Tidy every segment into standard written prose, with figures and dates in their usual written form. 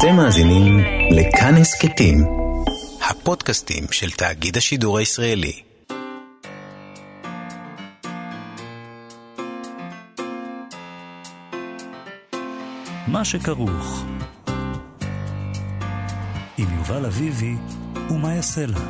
אתם מאזינים לכאן הסכתים, הפודקאסטים של תאגיד השידור הישראלי. מה שכרוך עם יובל אביבי ומה יעשה לה.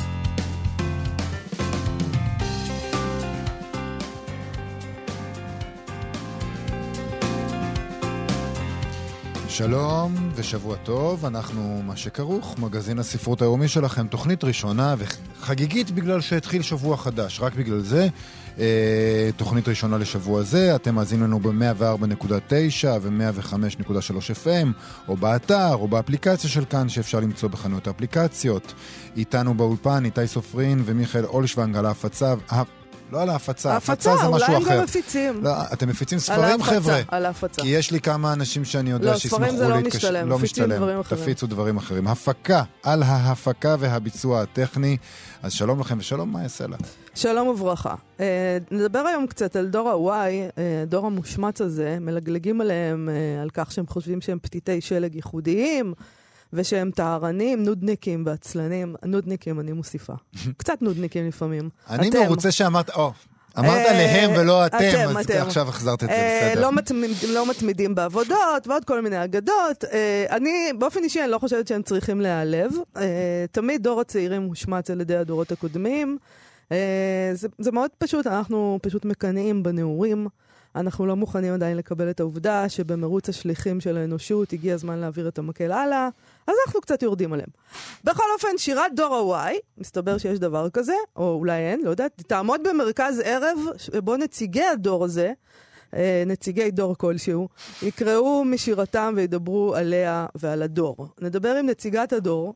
שלום ושבוע טוב, אנחנו מה שכרוך, מגזין הספרות היומי שלכם, תוכנית ראשונה וחגיגית בגלל שהתחיל שבוע חדש, רק בגלל זה, תוכנית ראשונה לשבוע זה, אתם מאזינים לנו ב-104.9 ו-105.3 FM, או באתר, או באפליקציה של כאן, שאפשר למצוא בחנויות האפליקציות. איתנו באולפן, איתי סופרין ומיכאל אולשוונג על ההפצה, לא על ההפצה, ההפצה זה משהו אחר. אולי הם גם מפיצים. לא, אתם מפיצים ספרים, חבר'ה? על ההפצה. כי יש לי כמה אנשים שאני יודע שישמחו להתקשר. לא, ספרים זה לא משתלם. תפיצו דברים אחרים. הפקה, על ההפקה והביצוע הטכני. אז שלום לכם ושלום, מה יעשה לה? שלום וברכה. נדבר היום קצת על דור ה-Y, דור המושמץ הזה, מלגלגים עליהם על כך שהם חושבים שהם פתיתי שלג ייחודיים, ושהם טהרנים, נודניקים ועצלנים. נודניקים, אני מוסיפה. קצת נודניקים לפעמים. אני מרוצה שאמרת, אמרת להם ולא אתם, אז עכשיו החזרת את זה, בסדר. לא מתמידים בעבודות, ועוד כל מיני אגדות. אני, באופן אישי, אני לא חושבת שהם צריכים להיעלב. תמיד דור הצעירים מושמץ על ידי הדורות הקודמים. זה מאוד פשוט, אנחנו פשוט מקנאים בנעורים. אנחנו לא מוכנים עדיין לקבל את העובדה שבמרוץ השליחים של האנושות הגיע הזמן להעביר את המקל הלאה, אז אנחנו קצת יורדים עליהם. בכל אופן, שירת דור ה-Y, מסתבר שיש דבר כזה, או אולי אין, לא יודעת, תעמוד במרכז ערב, בו נציגי הדור הזה, נציגי דור כלשהו, יקראו משירתם וידברו עליה ועל הדור. נדבר עם נציגת הדור,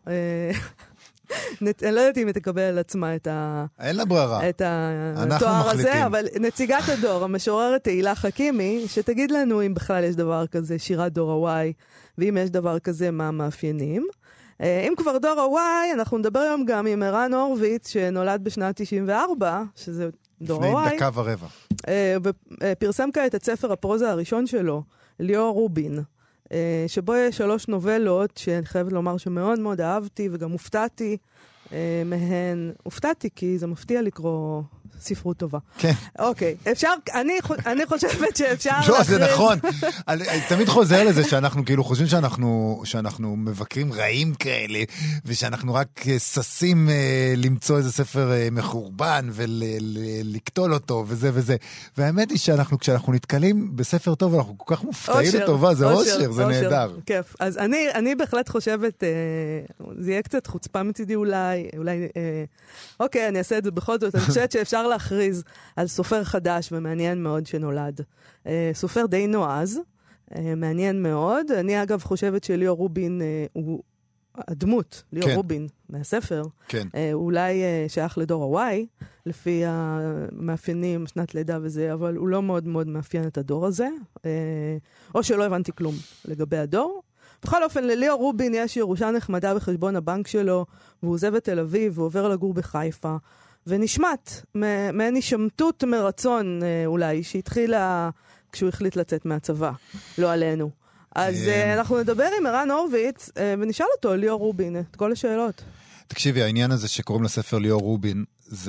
אני לא יודעת אם היא תקבל על עצמה אין לה ברירה. את התואר הזה, אבל נציגת הדור, המשוררת תהילה חכימי, שתגיד לנו אם בכלל יש דבר כזה, שירת דור ה-Y, ואם יש דבר כזה, מה המאפיינים. אם כבר דור ה-Y, אנחנו נדבר היום גם עם ערן הורוביץ, שנולד בשנת 94, שזה דור ה-Y. לפני דקה ורבע. ופרסם כעת את ספר הפרוזה הראשון שלו, ליאור רובין. שבו יש 3 נובלות שאני חייבת לומר שמאוד מאוד אהבתי וגם הופתעתי מהן. הופתעתי כי זה מפתיע לקרוא ספרות טובה. כן. אוקיי, אפשר, אני חושבת שאפשר לא, זה נכון. אני תמיד חוזר לזה שאנחנו כאילו חושבים שאנחנו מבקרים רעים כאלה, ושאנחנו רק ססים למצוא איזה ספר מחורבן ולקטול אותו וזה וזה. והאמת היא כשאנחנו נתקלים בספר טוב, אנחנו כל כך מופתעים לטובה, זה אושר, זה נהדר. כיף. אז אני בהחלט חושבת, זה יהיה קצת חוצפה מצידי אולי, אוקיי, אני אעשה את זה בכל זאת, אני חושבת שאפשר להכריז על סופר חדש ומעניין מאוד שנולד. סופר די נועז, מעניין מאוד. אני אגב חושבת שליאור רובין הוא הדמות, ליאור רובין מהספר, אולי שייך לדור ה-Y, לפי המאפיינים, שנת לידה וזה, אבל הוא לא מאוד מאוד מאפיין את הדור הזה, או שלא הבנתי כלום לגבי הדור. בכל אופן, לליאור רובין יש ירושה נחמדה בחשבון הבנק שלו, והוא עוזב את תל אביב, והוא עובר לגור בחיפה, ונשמט, מעין הישמטות מרצון אולי, שהתחילה כשהוא החליט לצאת מהצבא, לא עלינו. אז אנחנו נדבר עם ערן הורוביץ, ונשאל אותו, ליאור רובין, את כל השאלות. תקשיבי, העניין הזה שקוראים לספר ליאור רובין,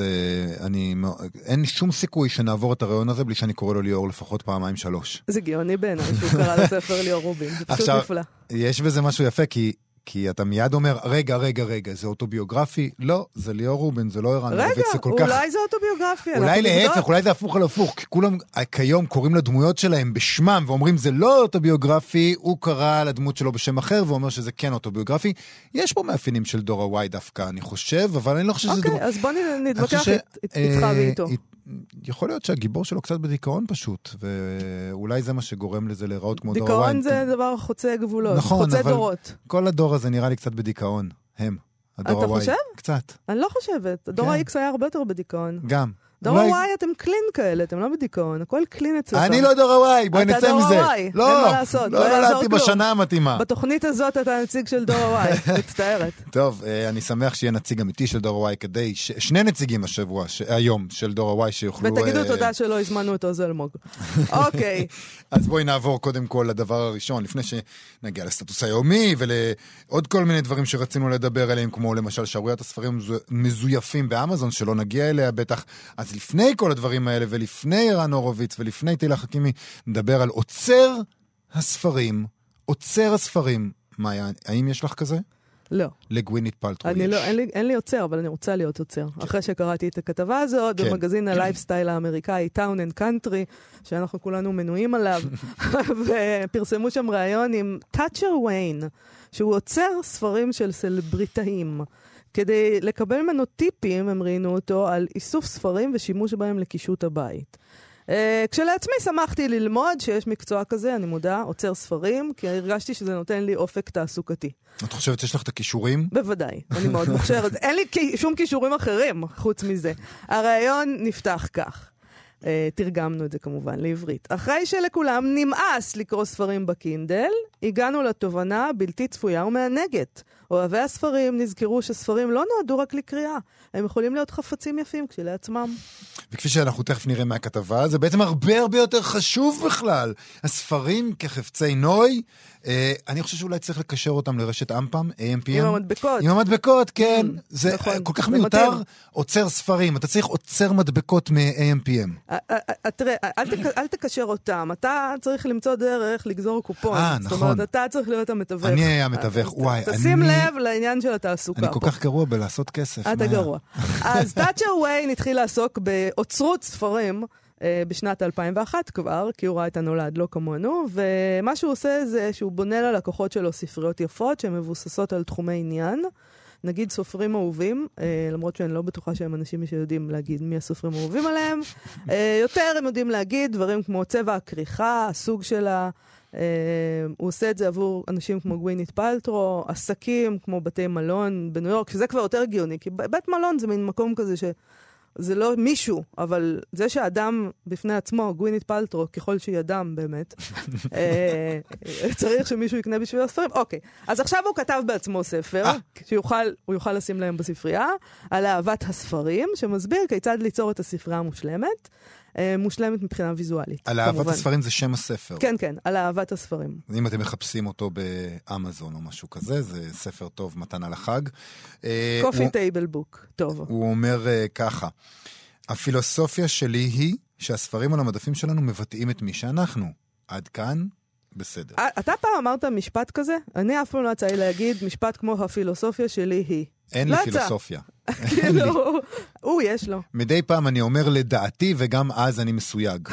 אין שום סיכוי שנעבור את הרעיון הזה בלי שאני קורא לו ליאור לפחות 2-3. זה גאוני בעיניי שהוא קרא לספר ליאור רובין, זה פשוט נפלא. יש בזה משהו יפה, כי אתה מיד אומר, רגע, זה אוטוביוגרפי? לא, זה ליאור רובין, זה לא ערן הורוביץ. רגע, אולי זה אוטוביוגרפי. אולי להפך, אולי זה הפוך על הפוך, כי כולם כיום קוראים לדמויות שלהם בשמם, ואומרים זה לא אוטוביוגרפי, הוא קרא לדמות שלו בשם אחר, ואומר שזה כן אוטוביוגרפי. יש פה מאפיינים של דור ה-Y דווקא, אני חושב, אבל אני לא חושב שזה דמות. אוקיי, אז בוא נתווכח איתך ואיתו. יכול להיות שהגיבור שלו קצת בדיכאון פשוט, ואולי זה מה שגורם לזה להיראות כמו דור ה-Y. דיכאון זה דבר חוצה גבולות, חוצה דורות. כל הדור הזה נראה לי קצת בדיכאון, הם, הדור ה-Y. אתה חושב? קצת. אני לא חושבת, הדור ה-X היה הרבה יותר בדיכאון. גם. דור הוואי אתם קלין כאלה, אתם לא בדיכאון, הכל קלין אצלכם. אני לא דור הוואי, בואי נצא מזה. אתה דור הוואי, אין מה לעשות. לא נולדתי בשנה המתאימה. בתוכנית הזאת אתה נציג של דור הוואי, מצטערת. טוב, אני שמח שיהיה נציג אמיתי של דור הוואי, כדי שני נציגים היום של דור הוואי שיוכלו... ותגידו תודה שלא הזמנו את עוז אלמוג. אוקיי. אז בואי נעבור קודם כל לדבר הראשון, לפני שנגיע לסטטוס היומי ולעוד כל מיני דברים שרצינו לדבר עליהם, כמו למשל שערוריית הספרים מזויפים באמזון, שלא נגיע אליה בטח. אז לפני כל הדברים האלה, ולפני ערן הורוביץ, ולפני תהילה חכימי, נדבר על עוצר הספרים. עוצר הספרים. מאיה, האם יש לך כזה? לא. לגווינית פלטרו יש. אין לי עוצר, אבל אני רוצה להיות עוצר. אחרי שקראתי את הכתבה הזאת, במגזין הלייפסטייל האמריקאי, Town and Country, שאנחנו כולנו מנויים עליו, ופרסמו שם ראיון עם טאצ'ר ויין, שהוא עוצר ספרים של סלבריטאים. כדי לקבל ממנו טיפים, הם ראינו אותו, על איסוף ספרים ושימוש בהם לקישוט הבית. כשלעצמי שמחתי ללמוד שיש מקצוע כזה, אני מודה, עוצר ספרים, כי הרגשתי שזה נותן לי אופק תעסוקתי. את חושבת שיש לך את הכישורים? בוודאי, אני מאוד מוכשרת. אין לי שום כישורים אחרים חוץ מזה. הרעיון נפתח כך. תרגמנו את זה כמובן לעברית. אחרי שלכולם נמאס לקרוא ספרים בקינדל, הגענו לתובנה בלתי צפויה ומענגת. אוהבי הספרים נזכרו שספרים לא נועדו רק לקריאה. הם יכולים להיות חפצים יפים כשלעצמם. וכפי שאנחנו תכף נראה מהכתבה, זה בעצם הרבה יותר חשוב בכלל. הספרים כחפצי נוי, אני חושב שאולי צריך לקשר אותם לרשת אמפם, AMPM. עם המדבקות. עם המדבקות, כן. זה כל כך מיותר עוצר ספרים. אתה צריך עוצר מדבקות מ-AMPM. תראה, אל תקשר אותם. אתה צריך למצוא דרך לגזור קופון. נכון. זאת אומרת, אתה צריך להיות המתווך. אני אהיה המתווך. וואי, תשים לב לעניין של התעסוקה. אני כל כך גרוע בלעשות כסף. אתה גרוע. אז טאצ'ר ויין התחיל לעסוק באוצרות ספרים בשנת 2001 כבר, כי הוא ראה את הנולד, לא כמונו, ומה שהוא עושה זה שהוא בונה ללקוחות שלו ספריות יפות שהן מבוססות על תחומי עניין, נגיד סופרים אהובים, למרות שאני לא בטוחה שהם אנשים שיודעים להגיד מי הסופרים אהובים עליהם, יותר הם יודעים להגיד דברים כמו צבע הכריכה, הסוג שלה, הוא עושה את זה עבור אנשים כמו גווינית פלטרו, עסקים כמו בתי מלון בניו יורק, שזה כבר יותר הגיוני, כי בית מלון זה מין מקום כזה שזה לא מישהו, אבל זה שאדם בפני עצמו, גווינית פלטרו, ככל שהיא אדם באמת, צריך שמישהו יקנה בשביל הספרים. אוקיי, אז עכשיו הוא כתב בעצמו ספר, שהוא יוכל לשים להם בספרייה, על אהבת הספרים, שמסביר כיצד ליצור את הספרייה המושלמת, מושלמת מבחינה ויזואלית. על אהבת הספרים זה שם הספר. כן, כן, על אהבת הספרים. אם אתם מחפשים אותו באמזון או משהו כזה, זה ספר טוב, מתנה לחג. קופי טייבל בוק, טוב. הוא אומר ככה, הפילוסופיה שלי היא שהספרים על המדפים שלנו מבטאים את מי שאנחנו. עד כאן, בסדר. אתה פעם אמרת משפט כזה? אני אף פעם לא יצא לי להגיד משפט כמו הפילוסופיה שלי היא. אין לי פילוסופיה. כאילו, יש לו. מדי פעם אני אומר לדעתי, וגם אז אני מסויג.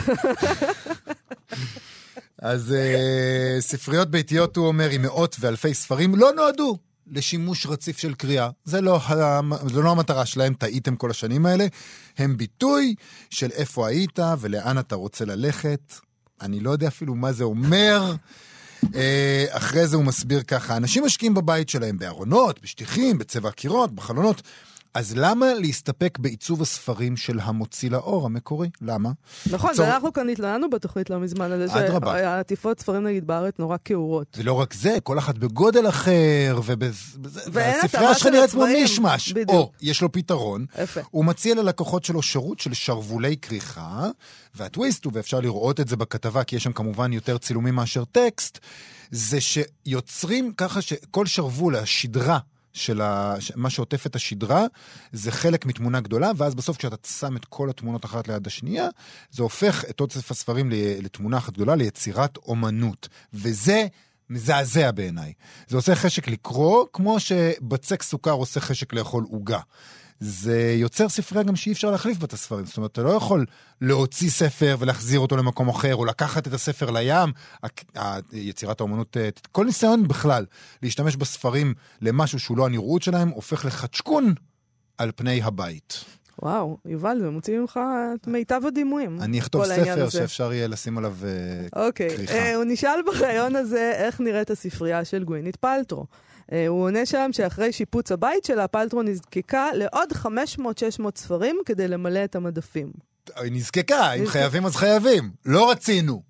אז ספריות ביתיות, הוא אומר, עם מאות ואלפי ספרים, לא נועדו לשימוש רציף של קריאה. זה לא המטרה שלהם, טעיתם כל השנים האלה. הם ביטוי של איפה היית ולאן אתה רוצה ללכת. אני לא יודע אפילו מה זה אומר. אחרי זה הוא מסביר ככה, אנשים משקיעים בבית שלהם בארונות, בשטיחים, בצבע הקירות, בחלונות. אז למה להסתפק בעיצוב הספרים של המוציא לאור המקורי? למה? נכון, ואנחנו כאן התלענו בתוכנית לא מזמן על זה שהעטיפות ספרים נגיד בארץ נורא כאורות. ולא רק זה, כל אחת בגודל אחר, והספרייה שלך נראית כמו מישמש. או, יש לו פתרון, הוא מציע ללקוחות שלו שירות של שרוולי כריכה, והטוויסט, ואפשר לראות את זה בכתבה, כי יש שם כמובן יותר צילומים מאשר טקסט, זה שיוצרים ככה שכל שרוול, השדרה, של מה שעוטף את השדרה, זה חלק מתמונה גדולה, ואז בסוף כשאתה שם את כל התמונות אחת ליד השנייה, זה הופך את אוסף הספרים לתמונה אחת גדולה, ליצירת אומנות. וזה מזעזע בעיניי. זה עושה חשק לקרוא, כמו שבצק סוכר עושה חשק לאכול עוגה. זה יוצר ספרייה גם שאי אפשר להחליף בת הספרים. זאת אומרת, אתה לא יכול להוציא ספר ולהחזיר אותו למקום אחר, או לקחת את הספר לים. יצירת האומנות, כל ניסיון בכלל, להשתמש בספרים למשהו שהוא לא הנראות שלהם, הופך לחצ'קון על פני הבית. וואו, יובל, זה מוציא ממך את מיטב הדימויים. אני אכתוב ספר שאפשר יהיה לשים עליו כריכה. הוא נשאל בראיון הזה איך נראית הספרייה של גווינית פלטרו. הוא עונה שם שאחרי שיפוץ הבית שלה, פלטרו נזקקה לעוד 500-600 ספרים כדי למלא את המדפים. היא נזקקה, אם חייבים אז חייבים. לא רצינו.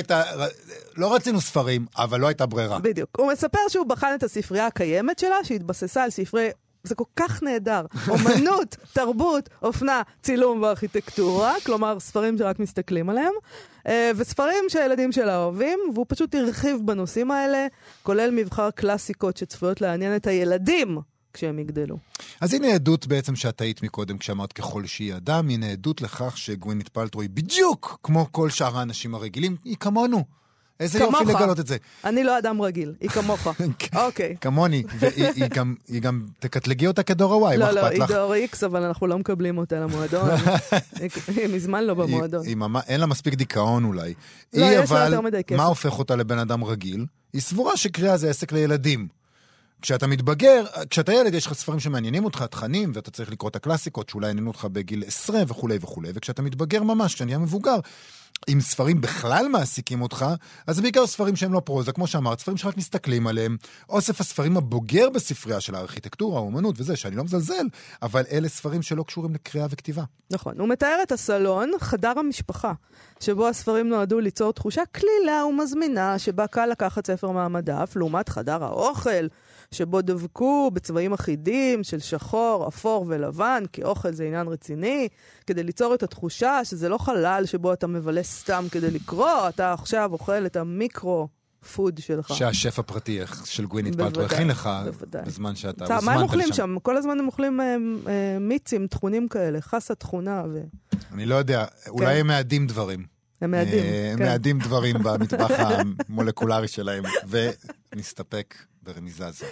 לא רצינו ספרים, אבל לא הייתה ברירה. בדיוק. הוא מספר שהוא בחן את הספרייה הקיימת שלה, שהתבססה על ספרי, זה כל כך נהדר, אומנות, תרבות, אופנה, צילום וארכיטקטורה, כלומר ספרים שרק מסתכלים עליהם, וספרים שהילדים שלה אוהבים, והוא פשוט הרחיב בנושאים האלה, כולל מבחר קלאסיקות שצפויות לעניין את הילדים כשהם יגדלו. אז הנה עדות בעצם שאת היית מקודם כשאמרת ככל שהיא אדם, הנה עדות לכך שגווינית פלטרו היא בדיוק כמו כל שאר האנשים הרגילים, היא כמונו. איזה יופי לגלות את זה. אני לא אדם רגיל, היא כמוך. אוקיי. כמוני, והיא גם תקטלגי אותה כדור ה-Y, לא, לא, היא דור X, אבל אנחנו לא מקבלים אותה למועדון. היא מזמן לא במועדון. אין לה מספיק דיכאון אולי. לא, יש לה יותר מדי כסף. מה הופך אותה לבן אדם רגיל? היא סבורה שקריאה זה עסק לילדים. כשאתה מתבגר, כשאתה ילד יש לך ספרים שמעניינים אותך, תכנים, ואתה צריך לקרוא את הקלאסיקות שאולי עניינו אותך בגיל 10 וכו' וכו', וכשאתה מתבגר ממש, כשאתה נהיה מבוגר, אם ספרים בכלל מעסיקים אותך, אז זה בעיקר ספרים שהם לא פרוזה, כמו שאמרת, ספרים שרק מסתכלים עליהם, אוסף הספרים הבוגר בספרייה של הארכיטקטורה, האומנות וזה, שאני לא מזלזל, אבל אלה ספרים שלא קשורים לקריאה וכתיבה. נכון, הוא מתאר את הסלון, חדר המשפחה, שבו הספרים נועדו ליצור תחושה כלילה ומזמינה, שבה קל לקחת ספר מהמדף, לעומת חדר האוכל, שבו דבקו בצבעים אחידים של שחור, אפור ולבן, כי אוכל זה עניין רציני, כדי ליצור את התחושה שזה לא חלל שבו אתה מבלה סתם כדי לקרוא, אתה עכשיו אוכל את המיקרו פוד שלך. שהשף הפרטי של גווינית פלטרו הכין לך בזמן שאתה הוזמנת לשם. מה הם אוכלים שם? כל הזמן הם אוכלים מיצים, תכונים כאלה, חסה תכונה אני לא יודע, אולי הם מאדים דברים. הם מאדים. הם מאדים דברים במטבח המולקולרי שלהם, ונסתפק ברמיזה זו.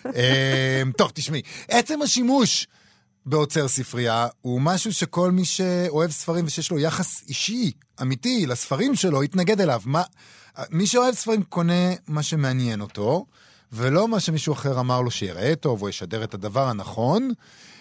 טוב, תשמעי, עצם השימוש באוצר ספרייה הוא משהו שכל מי שאוהב ספרים ושיש לו יחס אישי, אמיתי, לספרים שלו, יתנגד אליו. מי שאוהב ספרים קונה מה שמעניין אותו, ולא מה שמישהו אחר אמר לו שיראה טוב, או ישדר את הדבר הנכון.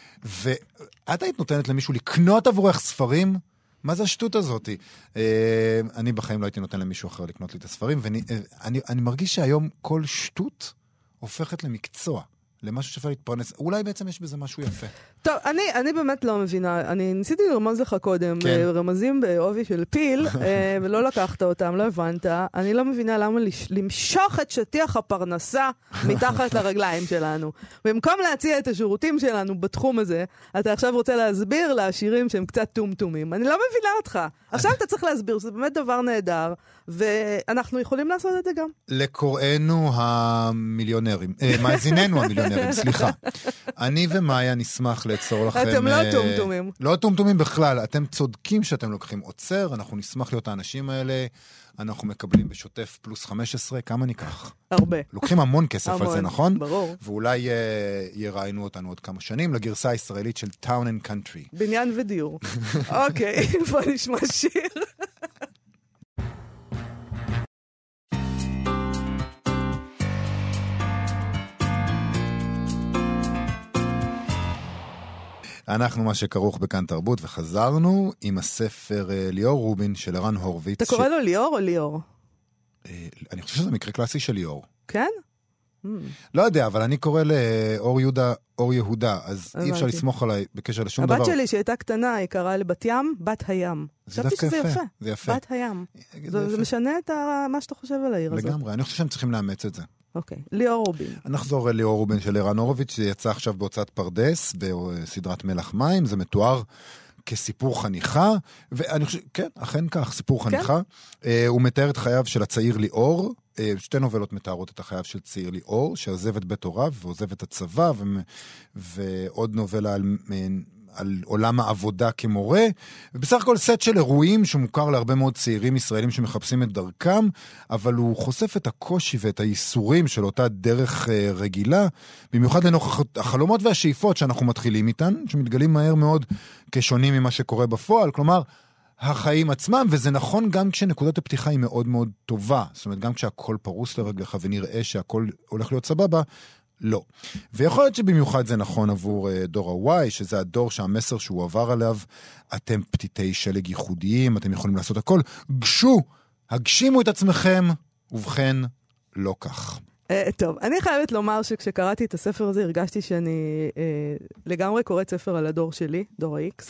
ואת היית נותנת למישהו לקנות עבורך ספרים? מה זה השטות הזאת? אני בחיים לא הייתי נותן למישהו אחר לקנות לי את הספרים, ואני מרגיש שהיום כל שטות הופכת למקצוע. למשהו שאפשר להתפרנס. אולי בעצם יש בזה משהו יפה. טוב, אני באמת לא מבינה. אני ניסיתי לרמוז לך קודם, רמזים בעובי של פיל, ולא לקחת אותם, לא הבנת. אני לא מבינה למה למשוך את שטיח הפרנסה מתחת לרגליים שלנו. במקום להציע את השירותים שלנו בתחום הזה, אתה עכשיו רוצה להסביר לעשירים שהם קצת טומטומים. אני לא מבינה אותך. עכשיו אתה צריך להסביר, זה באמת דבר נהדר, ואנחנו יכולים לעשות את זה גם. לקוראינו המיליונרים, מאזיננו המיליונרים, סליחה. אני ומאיה נשמח ליצור לכם... אתם לא טומטומים. לא טומטומים בכלל, אתם צודקים שאתם לוקחים עוצר, אנחנו נשמח להיות האנשים האלה, אנחנו מקבלים בשוטף פלוס 15, כמה ניקח? הרבה. לוקחים המון כסף על זה, נכון? ברור. ואולי יראיינו אותנו עוד כמה שנים לגרסה הישראלית של Town and Country. בניין ודיור. אוקיי, בוא נשמע שיר. אנחנו מה שכרוך בכאן תרבות, וחזרנו עם הספר ליאור רובין של ערן הורוביץ. אתה קורא לו ליאור או ליאור? אני חושב שזה מקרה קלאסי של ליאור. כן? לא יודע, אבל אני קורא לאור יהודה, אז אי אפשר לסמוך עליי בקשר לשום דבר. הבת שלי שהייתה קטנה, היא קראה לבת ים, בת הים. זה דווקא יפה. זה יפה. בת הים. זה משנה את מה שאתה חושב על העיר הזאת. לגמרי, אני חושב שהם צריכים לאמץ את זה. אוקיי, ליאור רובין. נחזור ליאור רובין של ערן הורוביץ, שיצא עכשיו בהוצאת פרדס, בסדרת מלח מים, זה מתואר כסיפור חניכה, ואני חושב, כן, אכן כך, סיפור חניכה. הוא מתאר את חייו של הצעיר ליאור, שתי נובלות מתארות את החייו של צעיר ליאור, שעוזב את בית הוריו ועוזב את הצבא, ועוד נובלה על עולם העבודה כמורה, ובסך הכל סט של אירועים שמוכר להרבה מאוד צעירים ישראלים שמחפשים את דרכם, אבל הוא חושף את הקושי ואת הייסורים של אותה דרך רגילה, במיוחד לנוכח החלומות והשאיפות שאנחנו מתחילים איתן, שמתגלים מהר מאוד כשונים ממה שקורה בפועל, כלומר, החיים עצמם, וזה נכון גם כשנקודת הפתיחה היא מאוד מאוד טובה, זאת אומרת, גם כשהכל פרוס לרגלך ונראה שהכל הולך להיות סבבה, לא. ויכול להיות שבמיוחד זה נכון עבור דור ה-Y, שזה הדור שהמסר שהוא עבר עליו, אתם פתיתי שלג ייחודיים, אתם יכולים לעשות הכל, הגשימו את עצמכם, ובכן, לא כך. טוב, אני חייבת לומר שכשקראתי את הספר הזה, הרגשתי שאני לגמרי קוראת ספר על הדור שלי, דור ה-X.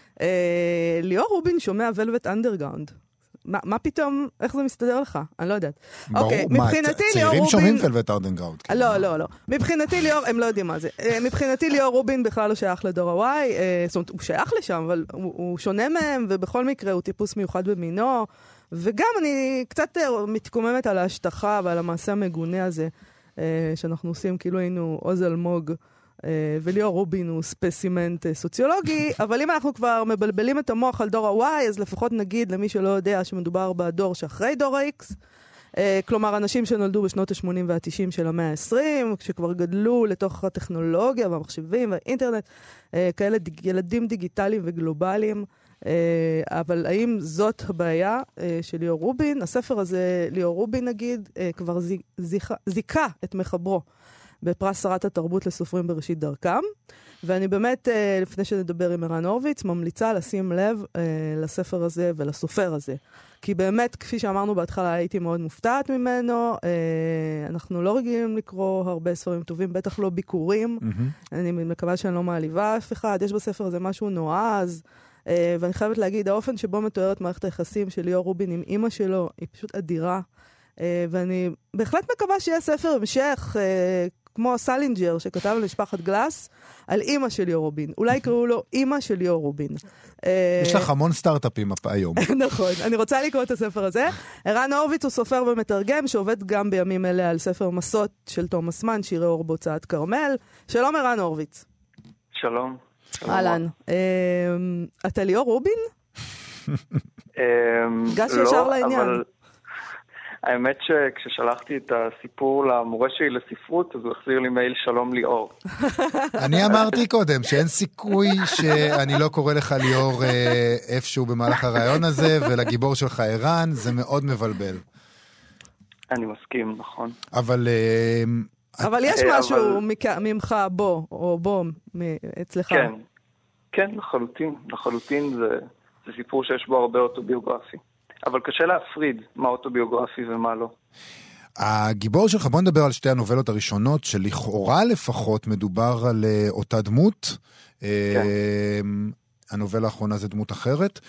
ליאור רובין שומע ולווט אנדרגראונד. מה פתאום, איך זה מסתדר לך? אני לא יודעת. אוקיי, מבחינתי ליאור רובין... צעירים שומעים ולווט אנדרגראונד. לא. מבחינתי ליאור, הם לא יודעים מה זה. מבחינתי ליאור רובין בכלל לא שייך לדור ה-Y, זאת אומרת, הוא שייך לשם, אבל הוא שונה מהם, ובכל מקרה הוא טיפוס מיוחד במינו, וגם אני קצת מתקוממת על ההשטחה ועל המעשה המגונה הזה, שאנחנו עושים כאילו היינו עוז אלמוג, וליאור רובין הוא ספסימנט סוציולוגי, אבל אם אנחנו כבר מבלבלים את המוח על דור ה-Y, אז לפחות נגיד למי שלא יודע שמדובר בדור שאחרי דור ה-X, כלומר אנשים שנולדו בשנות ה-80 וה-90 של המאה ה-20, שכבר גדלו לתוך הטכנולוגיה והמחשבים והאינטרנט, כאלה ילדים דיגיטליים וגלובליים, אבל האם זאת הבעיה של ליאור רובין? הספר הזה, ליאור רובין נגיד, כבר זיקה את מחברו בפרס שרת התרבות לסופרים בראשית דרכם, ואני באמת, לפני שנדבר עם ערן הורוביץ, ממליצה לשים לב לספר הזה ולסופר הזה. כי באמת, כפי שאמרנו בהתחלה, הייתי מאוד מופתעת ממנו, אנחנו לא רגילים לקרוא הרבה ספרים טובים, בטח לא ביקורים, אני מקווה שאני לא מעליבה אף אחד, יש בספר הזה משהו נועז, ואני חייבת להגיד, האופן שבו מתוארת מערכת היחסים של ליאור רובין עם אמא שלו, היא פשוט אדירה, ואני בהחלט מקווה שיהיה ספר המשך, כמו סלינג'ר שכתב על משפחת גלס, על אמא של ליאור רובין. אולי יקראו לו אמא של ליאור רובין. יש לך המון סטארט-אפים היום. נכון, אני רוצה לקרוא את הספר הזה. ערן הורוביץ הוא סופר ומתרגם, שעובד גם בימים אלה על ספר מסות של תומאס מן, שירי אור בהוצאת כרמל. שלום ערן הורוביץ. שלום. אהלן. אתה ליאור רובין? גש ישר לעניין. אבל האמת שכששלחתי את הסיפור למורה שלי לספרות, אז הוא החזיר לי מייל שלום ליאור. אני אמרתי קודם שאין סיכוי שאני לא קורא לך ליאור איפשהו במהלך הרעיון הזה, ולגיבור שלך ערן, זה מאוד מבלבל. אני מסכים, נכון. אבל יש משהו ממך בו, או בו, אצלך. כן, לחלוטין זה סיפור שיש בו הרבה אוטוביוגרפי. אבל קשה להפריד מה אוטוביוגרפי ומה לא. הגיבור שלך, בוא נדבר על שתי הנובלות הראשונות, שלכאורה לפחות מדובר על אותה דמות. הנובלה האחרונה זה דמות אחרת.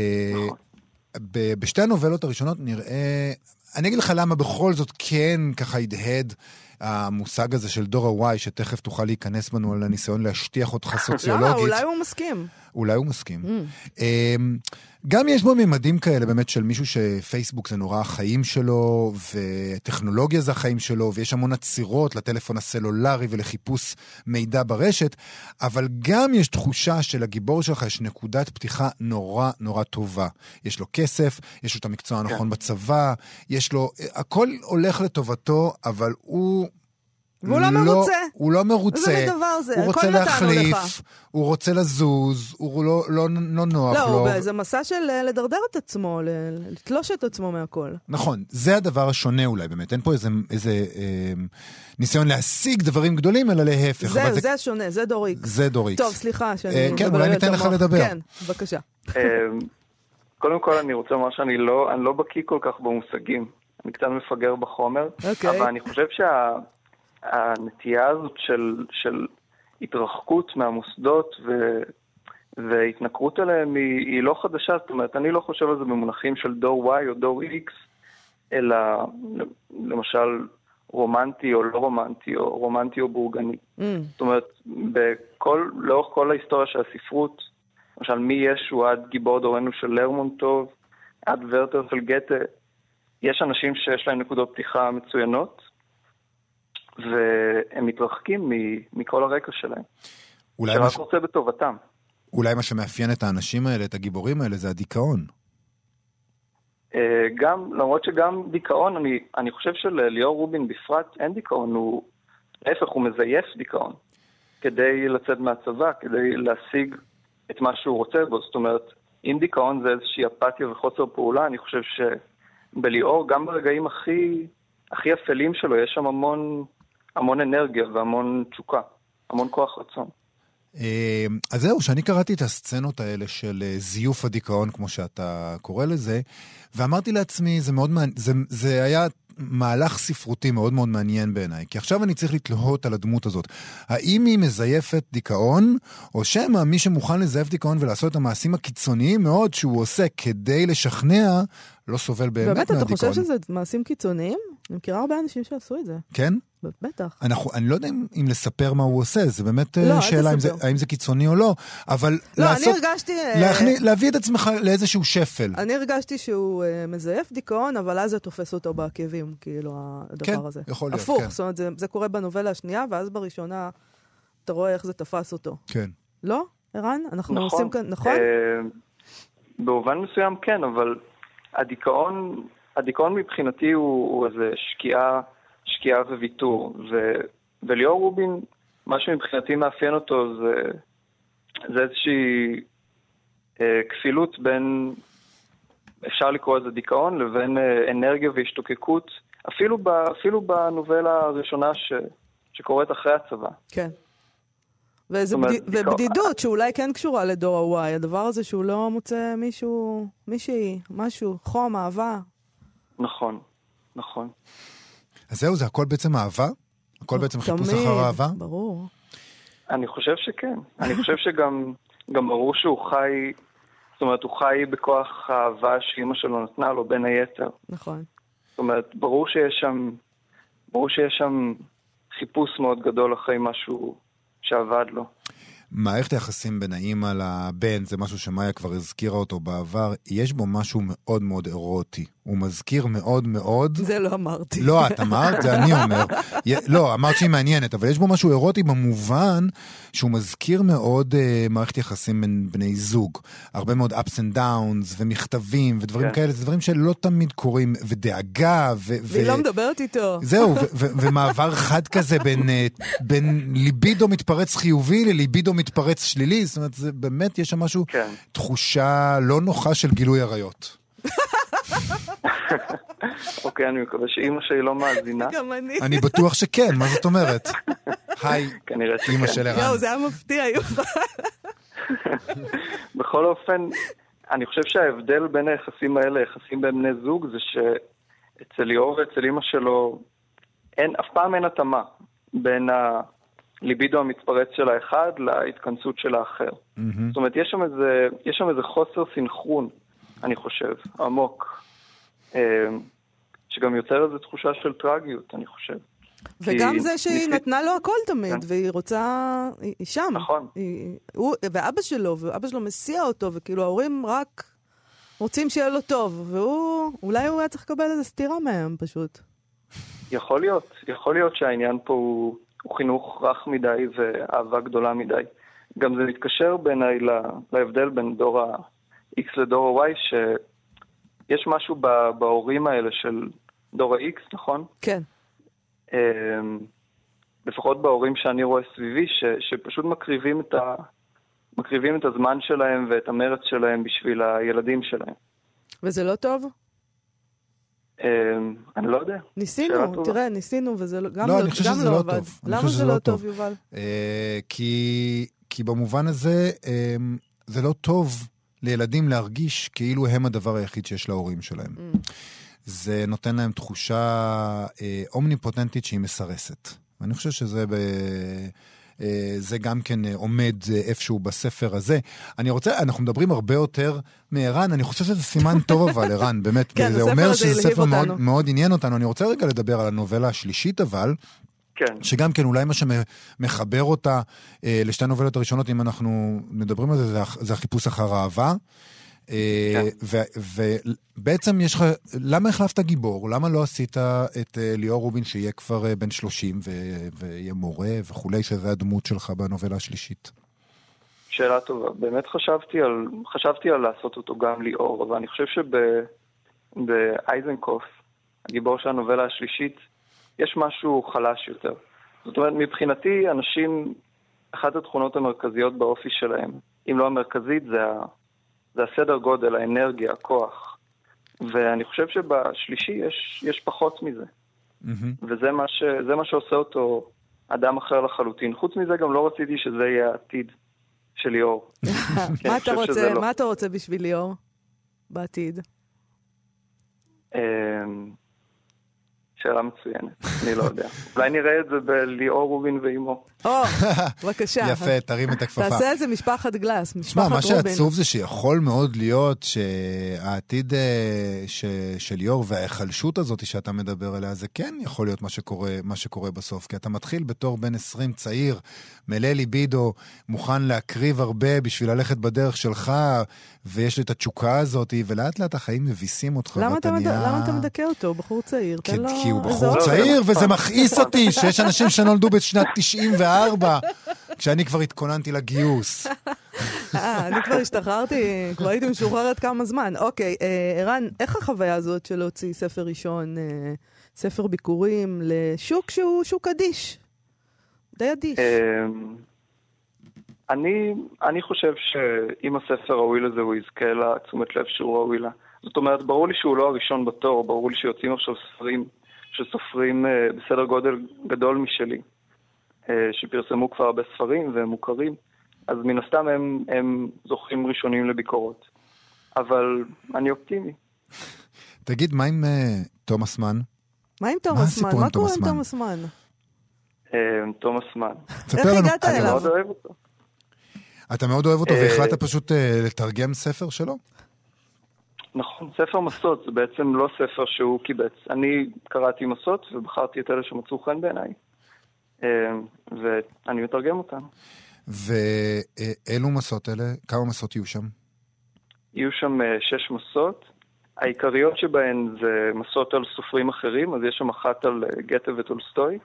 בשתי הנובלות הראשונות נראה, אני אגיד לך למה בכל זאת כן ככה הדהד המושג הזה של דור ה-Y, שתכף תוכל להיכנס בנו על הניסיון להשטיח אותך סוציולוגית. אולי הוא מסכים. אולי הוא מסכים. גם יש בו ממדים כאלה באמת של מישהו שפייסבוק זה נורא החיים שלו, וטכנולוגיה זה החיים שלו, ויש המון עצירות לטלפון הסלולרי ולחיפוש מידע ברשת, אבל גם יש תחושה של הגיבור שלך, יש נקודת פתיחה נורא נורא טובה. יש לו כסף, יש לו את המקצוע הנכון בצבא, יש לו, הכל הולך לטובתו, אבל הוא והוא לא מרוצה. הוא לא מרוצה. איזה דבר זה? הוא רוצה להחליף, הוא רוצה לזוז, הוא לא נוח לו. לא, זה מסע של לדרדר את עצמו, לתלוש את עצמו מהכל. נכון, זה הדבר השונה אולי באמת. אין פה איזה ניסיון להשיג דברים גדולים, אלא להפך. זה שונה, זה דור X. זה דור X. טוב, סליחה. כן, אולי ניתן לך לדבר. כן, בבקשה. קודם כל אני רוצה לומר שאני לא בקיא כל כך במושגים. אני קצת מפגר בחומר. אבל אני חושב הנטייה הזאת של התרחקות מהמוסדות והתנכרות אליהם היא לא חדשה, זאת אומרת, אני לא חושב על זה במונחים של דור Y או דור X, אלא למשל רומנטי או לא רומנטי, או רומנטי או בורגני. זאת אומרת, לאורך כל ההיסטוריה של הספרות, למשל מי ישו עד גיבור דורנו של לרמונטוב, עד ורטר של גתה, יש אנשים שיש להם נקודות פתיחה מצוינות, והם מתרחקים מכל הרקע שלהם. שרק רוצה בטובתם. אולי מה שמאפיין את האנשים האלה, את הגיבורים האלה, זה הדיכאון. למרות שגם דיכאון, אני חושב שלליאור רובין בפרט אין דיכאון, להפך, הוא מזייף דיכאון, כדי לצאת מהצבא, כדי להשיג את מה שהוא רוצה בו. זאת אומרת, אם דיכאון זה איזושהי אפתיה וחוסר פעולה, אני חושב שבליאור, גם ברגעים הכי אפלים שלו, יש שם המון אנרגיה והמון תשוקה, המון כוח רצון. אז זהו, שאני קראתי את הסצנות האלה של זיוף הדיכאון, כמו שאתה קורא לזה, ואמרתי לעצמי, זה היה מהלך ספרותי מאוד מאוד מעניין בעיניי, כי עכשיו אני צריך לתלהות על הדמות הזאת. האם היא מזייפת דיכאון, או שמה מי שמוכן לזייף דיכאון ולעשות את המעשים הקיצוניים מאוד שהוא עושה כדי לשכנע, לא סובל באמת מהדיכאון. באמת, אתה חושב שזה מעשים קיצוניים? אני מכירה הרבה אנשים שעשו את זה. כן? בטח. אני לא יודע אם לספר מה הוא עושה, זה באמת שאלה האם זה קיצוני או לא, אבל אני הרגשתי... להביא את עצמך לאיזשהו שפל. אני הרגשתי שהוא מזייף דיכאון, אבל אז זה תופס אותו בעקבים, כאילו, הדבר הזה. כן, יכול להיות, הפוך, כן. זאת אומרת, זה קורה בנובלה השנייה, ואז בראשונה אתה רואה איך זה תפס אותו. כן. לא, ערן? אנחנו עושים כאן, נכון? במובן מסוים כן, אבל הדיכאון מבחינתי הוא איזה שקיעה וויתור, וליאור רובין, מה שמבחינתי מאפיין אותו זה איזושהי כפילות בין, אפשר לקרוא לזה דיכאון, לבין אנרגיה והשתוקקות, אפילו בנובלה הראשונה שקורית אחרי הצבא. כן. ובדידות שאולי כן קשורה לדור ה-Y, הדבר הזה שהוא לא מוצא משהו, חום, אהבה. נכון, נכון. אז זהו, זה הכל בעצם אהבה? הכל בעצם חיפוש אחר אהבה? ברור. אני חושב שכן. אני חושב שגם ברור שהוא חי, זאת אומרת, הוא חי בכוח האהבה שאמא שלו נתנה לו, בין היתר. נכון. זאת אומרת, ברור שיש שם חיפוש מאוד גדול אחרי משהו שעבד לו. מערכת היחסים בין האמא לבן, זה משהו שמאיה כבר הזכירה אותו בעבר, יש בו משהו מאוד מאוד אירוטי. הוא מזכיר מאוד מאוד... זה לא אמרתי. לא, את אמרת, זה אני אומר. לא, אמרת שהיא מעניינת, אבל יש בו משהו אירוטי במובן שהוא מזכיר מאוד מערכת יחסים בין בני זוג. הרבה מאוד ups and downs ומכתבים ודברים כאלה, זה דברים שלא תמיד קורים, ודאגה והיא לא מדברת איתו. זהו, ומעבר חד כזה בין ליבידו מתפרץ חיובי לליבידו מתפרץ שלילי, זאת אומרת, זה באמת יש שם משהו, תחושה לא נוחה של גילוי עריות. אוקיי, אני מקווה שאמא שלי לא מאזינה. גם אני. אני בטוח שכן, מה זאת אומרת? היי, אמא של ערן. יואו, זה היה מפתיע, יובל. בכל אופן, אני חושב שההבדל בין היחסים האלה, יחסים בין בני זוג, זה שאצל ליאור ואצל אמא שלו, אף פעם אין התאמה בין הליבידו המתפרץ של האחד להתכנסות של האחר. זאת אומרת, יש שם איזה חוסר סינכרון, אני חושב, עמוק, שגם יוצר איזו תחושה של טרגיות, אני חושב. וגם זה שהיא נתנה לו הכל תמיד, והיא רוצה, היא שם. נכון. ואבא שלו מסיע אותו, וכאילו ההורים רק רוצים שיהיה לו טוב, אולי הוא היה צריך לקבל איזו סתירה מהם פשוט. יכול להיות שהעניין פה הוא חינוך רך מדי ואהבה גדולה מדי. גם זה מתקשר בעיניי להבדל בין דור ה-X לדור ה-Y, שיש משהו בהורים האלה של דור ה-X, נכון? כן. לפחות בהורים שאני רואה סביבי, שפשוט מקריבים את הזמן שלהם ואת המרץ שלהם בשביל הילדים שלהם. וזה לא טוב? אני לא יודע. ניסינו, וזה גם לא, אני חושב שזה לא טוב. למה זה לא טוב, יובל? כי במובן הזה, זה לא טוב לילדים להרגיש כאילו הם הדבר היחיד שיש להורים שלהם. זה נותן להם תחושה אומניפוטנטית שהיא מסרסת. ואני חושב שזה זה גם כן עומד איפשהו בספר הזה. אנחנו מדברים הרבה יותר מערן, אני חושב שזה סימן טוב אבל, ערן, באמת, זה אומר שזה ספר מאוד עניין אותנו. אני רוצה רגע לדבר על הנובלה השלישית אבל, שגם כן אולי מה שמחבר אותה לשתי הנובלות הראשונות, אם אנחנו מדברים על זה, זה החיפוש אחר אהבה. ובעצם יש לך, למה החלפת גיבור? למה לא עשית את ליאור רובין שיהיה כבר בן 30 ויהיה מורה וכולי, שזה הדמות שלך בנובלה השלישית? שאלה טובה. באמת חשבתי על לעשות אותו גם ליאור, אבל אני חושב שבאייזנקוף, הגיבור של הנובלה השלישית, יש משהו חלש יותר. זאת אומרת, מבחינתי, אנשים, אחת התכונות המרכזיות באופי שלהם, אם לא המרכזית, זה הסדר גודל, האנרגיה, הכוח. ואני חושב שבשלישי יש פחות מזה. וזה מה שעושה אותו אדם אחר לחלוטין. חוץ מזה גם לא רציתי שזה יהיה העתיד של ליאור. מה אתה רוצה בשביל ליאור בעתיד? שאלה מצוינת, אני לא יודע. אולי נראה את זה בליאור רובין ואימו. בבקשה. יפה, תרים את הכפפה. תעשה את זה משפחת גלס, משפחת רובין. רובין. מה שעצוב זה שיכול מאוד להיות שהעתיד של ליאור וההיחלשות הזאת שאתה מדבר עליה, זה כן יכול להיות מה שקורה בסוף. כי אתה מתחיל בתור בן 20 צעיר, מלא ליבידו, מוכן להקריב הרבה בשביל ללכת בדרך שלך, ויש לי את התשוקה הזאת, ולאט לאט החיים מביסים אותך. למה אתה מדכא אותו? הוא בחור צעיר. כי הוא בחור צעיר, וזה מכעיס אותי שיש אנשים שנולדו בשנת 94, כשאני כבר התכוננתי לגיוס. אני כבר השתחררתי, כבר הייתי משוחררת כמה זמן. אוקיי, ערן, איך החוויה הזאת של להוציא ספר ראשון, ספר ביקורים, לשוק שהוא שוק אדיש? די אדיש. אני חושב שאם הספר ראוי לזה, הוא יזכה לתשומת לב שהוא ראוי לה. זאת אומרת, ברור לי שהוא לא הראשון בתור, ברור לי שיוצאים עכשיו ספרים שסופרים בסדר גודל גדול משלי, שפרסמו כבר הרבה ספרים והם מוכרים, אז מן הסתם הם זוכים ראשונים לביקורות. אבל אני אופטימי. תגיד, מה עם תומאס מן? מה עם תומאס מן? מה קורה עם תומאס מן? תומאס מן. איך הגעת אליו? אני מאוד אוהב אותו. אתה מאוד אוהב אותו והחלטת פשוט לתרגם ספר שלו? נכון, ספר מסות, זה בעצם לא ספר שהוא קיבץ. אני קראתי מסות ובחרתי את אלה שמצאו חן בעיניי, ואני מתרגם אותם. ואילו מסות אלה? כמה מסות יהיו שם? יהיו שם 6 מסות. העיקריות שבהן זה מסות על סופרים אחרים, אז יש שם אחת על גתה וטולסטוי,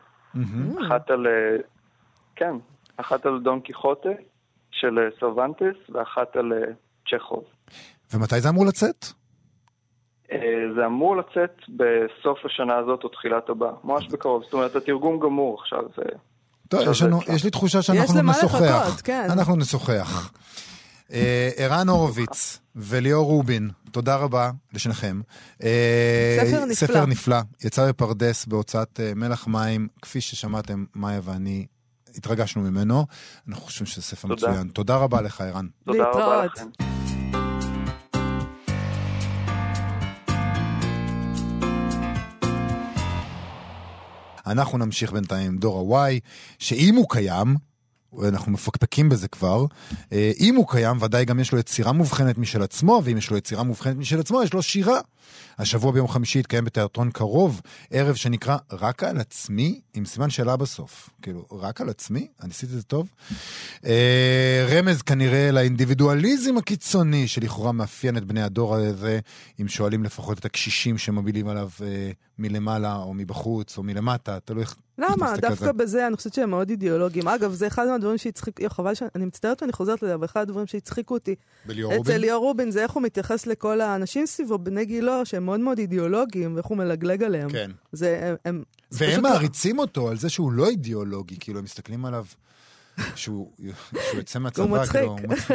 אחת על דון קיחוטה של סרוונטס, ואחת על צ'כוב. ומתי זה אמור לצאת? זה אמור לצאת בסוף השנה הזאת או תחילת הבאה, ממש בקרוב. זאת אומרת, התרגום גמור עכשיו. טוב, יש לי תחושה שאנחנו נשוחח. אנחנו נשוחח. ערן הורוביץ וליאור רובין, תודה רבה לשניכם. ספר נפלא. יצא בפרדס בהוצאת מלח מים, כפי ששמעתם, מאיה ואני התרגשנו ממנו. אנחנו חושבים שזה ספר מצוין. תודה רבה לך, ערן. תודה רבה לכם. אנחנו נמשיך בינתיים דור ה-Y, שאם הוא קיים, אנחנו מפקפקים בזה כבר, אם הוא קיים, ודאי גם יש לו יצירה מובחנת משל עצמו, ואם יש לו יצירה מובחנת משל עצמו, יש לו שירה. השבוע ביום חמישי התקיים בתיאטרון קרוב, ערב שנקרא רק על עצמי, עם סימן שאלה בסוף. כאילו, רק על עצמי? אני עשיתי את זה טוב? רמז כנראה לאינדיבידואליזם הקיצוני, שלכאורה מאפיין את בני הדור הזה, אם שואלים לפחות את הקשישים שמבילים עליו מלמעלה, או מבחוץ, או מלמטה, תלוי איך... למה? דווקא בזה אני חושבת שהם מאוד אידיאולוגיים. אגב, זה אחד מהדברים שהצחיקו, חבל שאני מצטערת ואני חוזרת לזה, אבל אחד הדברים שהצחיקו אותי אצל ליאור רובין, זה איך הוא מתייחס לכל האנשים סביבו בני גילו, שהם מאוד מאוד אידיאולוגיים, ואיך הוא מלגלג עליהם. כן. והם מעריצים אותו על זה שהוא לא אידיאולוגי, כאילו הם מסתכלים עליו שהוא יצא מהצבא. הוא מצחיק.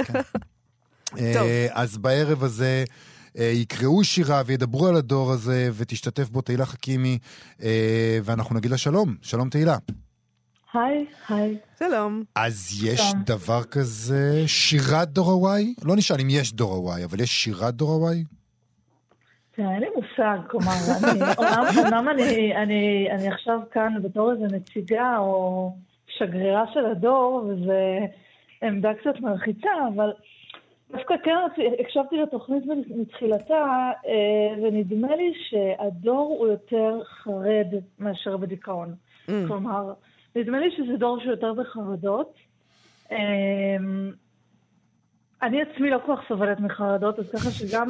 אז בערב הזה יקראו שירה וידברו על הדור הזה, ותשתתף בו תהילה חכימי, ואנחנו נגיד לה שלום. שלום תהילה. היי. שלום. אז יש דבר כזה, שירת דור ה-Y? לא נשאל אם יש דור ה-Y, אבל יש שירת דור ה-Y? אין לי מושג, כלומר, אומנם אני עכשיו כאן בתור איזו נציגה או שגרירה של הדור, וזו עמדה קצת מרחיצה, אבל דווקא כן הקשבתי לתוכנית מתחילתה, ונדמה לי שהדור הוא יותר חרד מאשר בדיכאון. כלומר, נדמה לי שזה דור שהוא יותר בחרדות. אני עצמי לא כל כך סובלת מחרדות, אז ככה שגם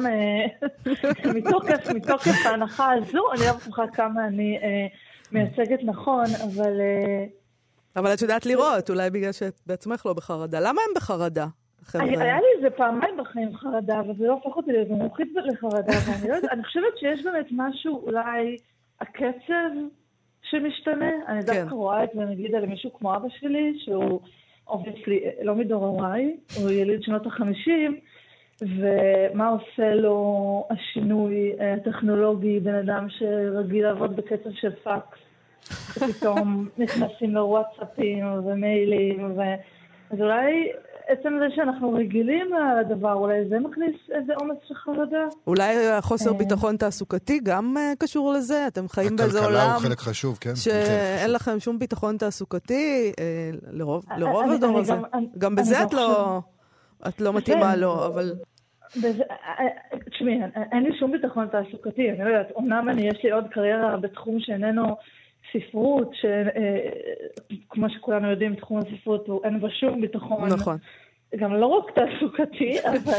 מתוקף ההנחה הזו, אני לא בטוחה כמה אני מייצגת נכון, אבל את יודעת לראות, אולי בגלל שאת בעצמך לא בחרדה. למה הם בחרדה? היה לי איזה פעמיים בחיים חרדה, אבל זה לא הפך אותי לאיזה מומחית לחרדה, אני חושבת שיש באמת משהו, אולי הקצב שמשתנה, אני דווקא רואה את זה נגיד על מישהו כמו אבא שלי, שהוא obviously לא מדור ה-Y, הוא יליד שנות ה-50, ומה עושה לו השינוי הטכנולוגי, בן אדם שרגיל לעבוד בקצב של פקס, ופתאום נכנסים לוואטסאפים ומיילים, אז אולי עצם זה שאנחנו רגילים לדבר, אולי זה מכניס איזה אומץ לחרדה? אולי החוסר ביטחון תעסוקתי גם קשור לזה? אתם חיים באיזה עולם... הכלכלה הוא חלק חשוב, כן? שאין לכם שום ביטחון תעסוקתי, לרוב הדור הזה. גם בזה את לא מתאימה לו, אבל... תשמעי, אין לי שום ביטחון תעסוקתי, אני לא יודעת, אומנם יש לי עוד קריירה בתחום שאיננו ספרות, כמו שכולנו יודעים, תחום הספרות אין בה שום ביטחון. נכון. גם לא רק תעסוקתי,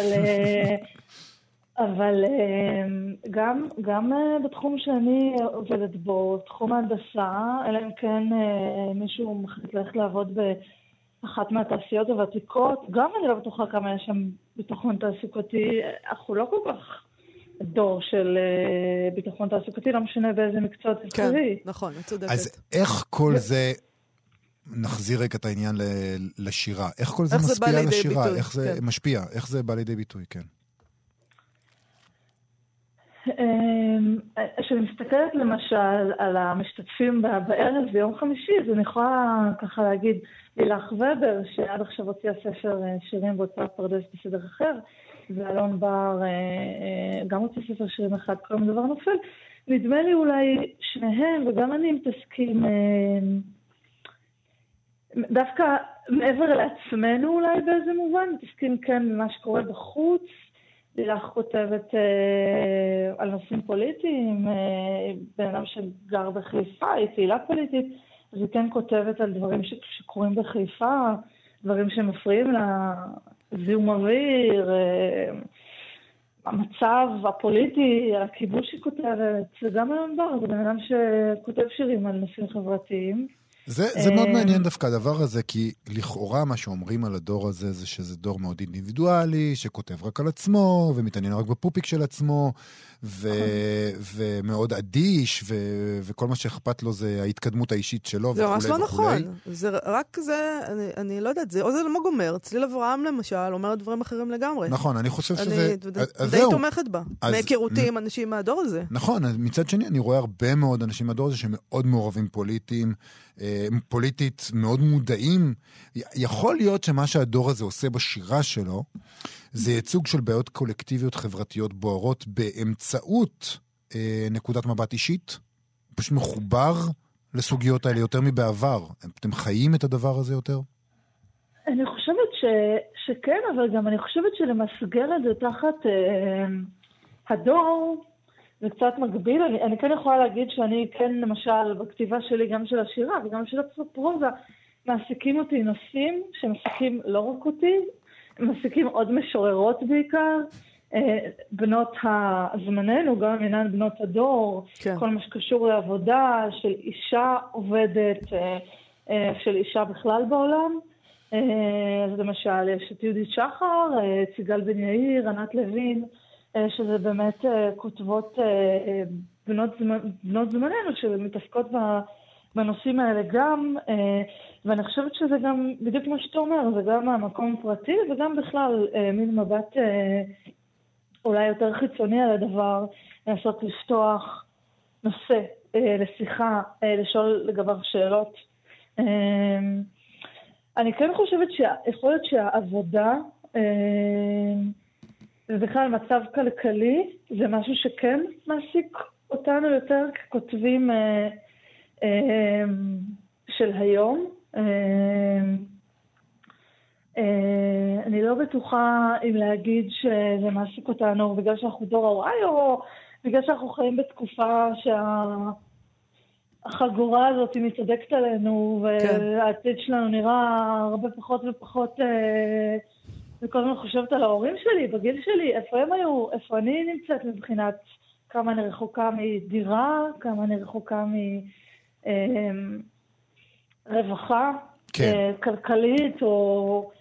אבל גם בתחום שאני עובדת בו, תחום ההנדסה, אלא אם כן מישהו מחליט ללכת לעבוד באחת מהתעשיות הוותיקות, גם אני לא בטוחה כמה יש שם ביטחון תעסוקתי, אנחנו לא כל כך דור של ביטחון תעסוקתי, לא משנה באיזה מקצוע תבחרי. כן, נכון, את צודקת. אז איך כל זה, נחזיר רק את העניין לשירה, איך כל זה משפיע על השירה? איך זה משפיע? איך זה בא לידי ביטוי, כן. כשאני מסתכלת למשל על המשתתפים בערב ביום חמישי, אז אני יכולה ככה להגיד, לילך ובר, שעד עכשיו הוציאה ספר שירים בהוצאת פרדס בסדר אחר, ואלון בר גם הוציא ספר שירים אחד, כל דבר נופל. נדמה לי אולי שניהם, וגם אני מתעסקים דווקא מעבר לעצמנו אולי באיזה מובן, מתעסקים כן במה שקורה בחוץ. לילך כותבת על נושאים פוליטיים, בן אדם שגר בחיפה, היא פעילה פוליטית, אז היא כן כותבת על דברים שקורים בחיפה, דברים שמפריעים לזיהום אוויר, המצב הפוליטי, הכיבוש שהיא כותבת, וגם אלון בר, זה בן אדם שכותב שירים על נושאים חברתיים. זה מאוד מעניין דווקא הדבר הזה, כי לכאורה מה שאומרים על הדור הזה זה שזה דור מאוד אינדיבידואלי, שכותב רק על עצמו, ומתעניין רק בפופיק של עצמו, ומאוד אדיש, וכל מה שאכפת לו זה ההתקדמות האישית שלו, זה ממש לא נכון. זה רק זה, אני לא יודעת, זה או זה לא גומר. צליל אברהם למשל אומר דברים אחרים לגמרי. נכון, אני חושב שזה... אני די תומכת בה. מהיכרותי עם אנשים מהדור הזה. נכון, מצד שני אני רואה הרבה מאוד אנשים מהדור הזה שמאוד מעורבים פוליטית, מאוד מודעים. יכול להיות שמה שהדור הזה עושה בשירה שלו, זה ייצוג של בעיות קולקטיביות חברתיות בוערות באמצעות נקודת מבט אישית, פשוט מחובר לסוגיות האלה יותר מבעבר. אתם חיים את הדבר הזה יותר? אני חושבת שכן, אבל גם אני חושבת שלמסגר את זה תחת הדור, זה קצת מגביל. אני כן יכולה להגיד שאני כן, למשל, בכתיבה שלי, גם של השירה וגם של הפרוזה, מעסיקים אותי נושאים שמעסיקים לא רק אותי, מעסיקים עוד משוררות בעיקר, בנות הזמננו, גם מינן בנות הדור, כן. כל מה שקשור לעבודה של אישה עובדת, של אישה בכלל בעולם. אז למשל, יש את יהודית שחר, ציגל בן יאיר, ענת לוין, שזה באמת כותבות בנות זמננו שמתעסקות בנושאים האלה גם, ואני חושבת שזה גם, בדיוק כמו שאתה אומר, זה גם מהמקום הפרטי וגם בכלל מין מבט אולי יותר חיצוני על הדבר, לנסות לפתוח נושא לשיחה, לשאול לגביו שאלות. אני כן חושבת שיכול להיות שהעבודה ובכלל מצב כלכלי זה משהו שכן מעסיק אותנו יותר ככותבים של היום. אני לא בטוחה אם להגיד שזה מעסיק אותנו בגלל שאנחנו דור ה-Y או בגלל שאנחנו חיים בתקופה שהחגורה הזאת מתצדקת עלינו והעתיד שלנו נראה הרבה פחות ופחות, וכל הזמן חושבת על ההורים שלי, בגיל שלי, איפה הם היו, איפה אני נמצאת מבחינת כמה אני רחוקה מדירה, כמה אני רחוקה רווחה, כן. כלכלית, או